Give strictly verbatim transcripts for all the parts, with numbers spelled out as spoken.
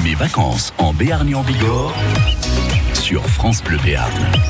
Mes vacances en Béarn et en Bigorre sur France Bleu Béarn.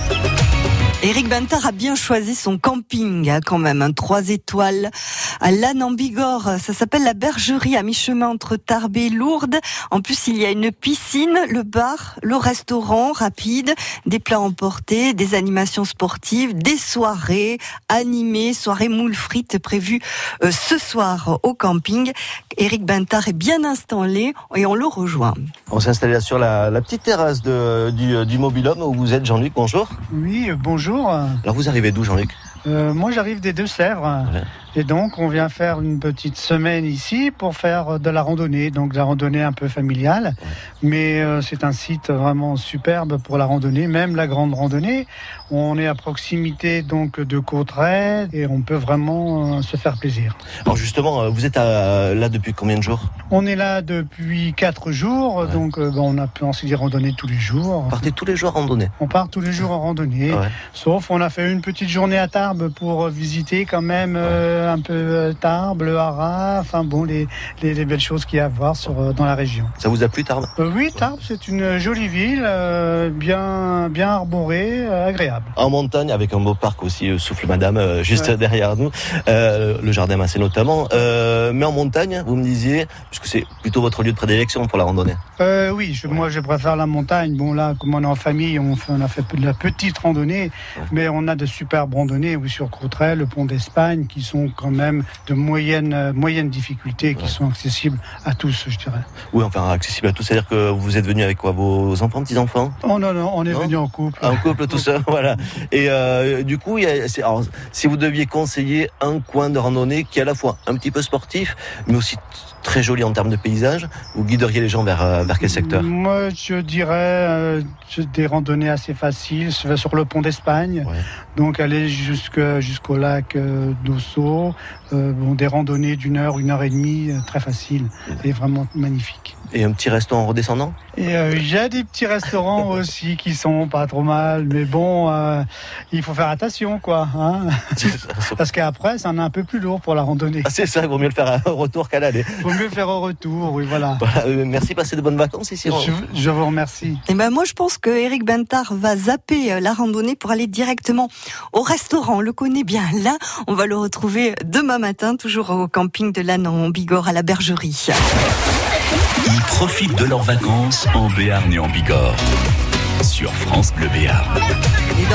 Éric Bintard a bien choisi son camping, hein, quand même, un trois étoiles à Lannes en Bigorre. Ça s'appelle la Bergerie, à mi-chemin entre Tarbes et Lourdes. En plus, il y a une piscine, le bar, le restaurant rapide, des plats emportés, des animations sportives, des soirées animées, soirées moules frites prévues euh, ce soir au camping. Éric Bintard est bien installé et on le rejoint. On s'est installé là sur la, la petite terrasse de, du, du Mobil-Homme où vous êtes, Jean-Luc. Bonjour. Oui, bonjour. Alors vous arrivez d'où, Jean-Luc ? euh, Moi j'arrive des Deux-Sèvres, ouais. Et donc on vient faire une petite semaine ici pour faire de la randonnée, donc de la randonnée un peu familiale, ouais. Mais euh, c'est un site vraiment superbe pour la randonnée, même la grande randonnée. On est à proximité donc de Cauterets et on peut vraiment euh, se faire plaisir. Alors justement, vous êtes à, là depuis combien de jours ? On est là depuis quatre jours, ouais. Donc euh, bon, on a pu en s'y randonner tous les jours. Vous partez tous les jours en randonnée ? On part tous les jours en randonnée, ouais. Sauf on a fait une petite journée à Tarbes pour visiter quand même euh, un peu Tarbes, le Haras, enfin bon, les, les, les belles choses qu'il y a à voir sur, dans la région. Ça vous a plu, Tarbes ? euh, Oui, Tarbes, c'est une jolie ville, euh, bien, bien arborée, euh, agréable. En montagne, avec un beau parc aussi, euh, Souffle Madame, euh, juste ouais. derrière nous, euh, le jardin Massé notamment. Euh, mais en montagne, vous me disiez, puisque c'est plutôt votre lieu de prédilection pour la randonnée. Euh, oui, je, ouais. moi je préfère la montagne. Bon là, comme on est en famille, on, fait, on a fait de la petite randonnée, ouais. Mais on a de superbes randonnées, oui, sur Cauterets, le pont d'Espagne, qui sont quand même de moyenne, euh, moyenne difficulté, qui ouais. sont accessibles à tous, je dirais. Oui, enfin accessibles à tous, c'est-à-dire que vous êtes venu avec quoi, vos enfants, petits-enfants ? Oh non, non, on est venu en couple. En couple, tout ça, voilà. Et euh, du coup, il y a, c'est, alors, si vous deviez conseiller un coin de randonnée qui est à la fois un petit peu sportif, mais aussi très joli en termes de paysage, vous guideriez les gens vers, vers quel secteur ? Moi, je dirais euh, des randonnées assez faciles sur le pont d'Espagne, ouais. Donc aller jusque, jusqu'au lac euh, d'Ossau, euh, bon, des randonnées d'une heure, une heure et demie, euh, très faciles et vraiment magnifiques. Et un petit resto en redescendant ? Et euh, j'ai des petits restaurants aussi qui sont pas trop mal, mais bon, euh, il faut faire attention, quoi. Hein Parce qu'après, c'est un peu plus lourd pour la randonnée. Ah, c'est ça, il vaut mieux le faire au retour qu'à l'aller. Il vaut mieux le faire au retour, oui, voilà. voilà euh, merci, passez de bonnes vacances ici. Je, je vous remercie. Et ben moi, je pense que Éric Bintard va zapper la randonnée pour aller directement au restaurant. On le connaît bien. Là, on va le retrouver demain matin, toujours au camping de Lannes en Bigorre, à la Bergerie. Ils profitent de leurs vacances en Béarn et en Bigorre sur France Bleu Béarn.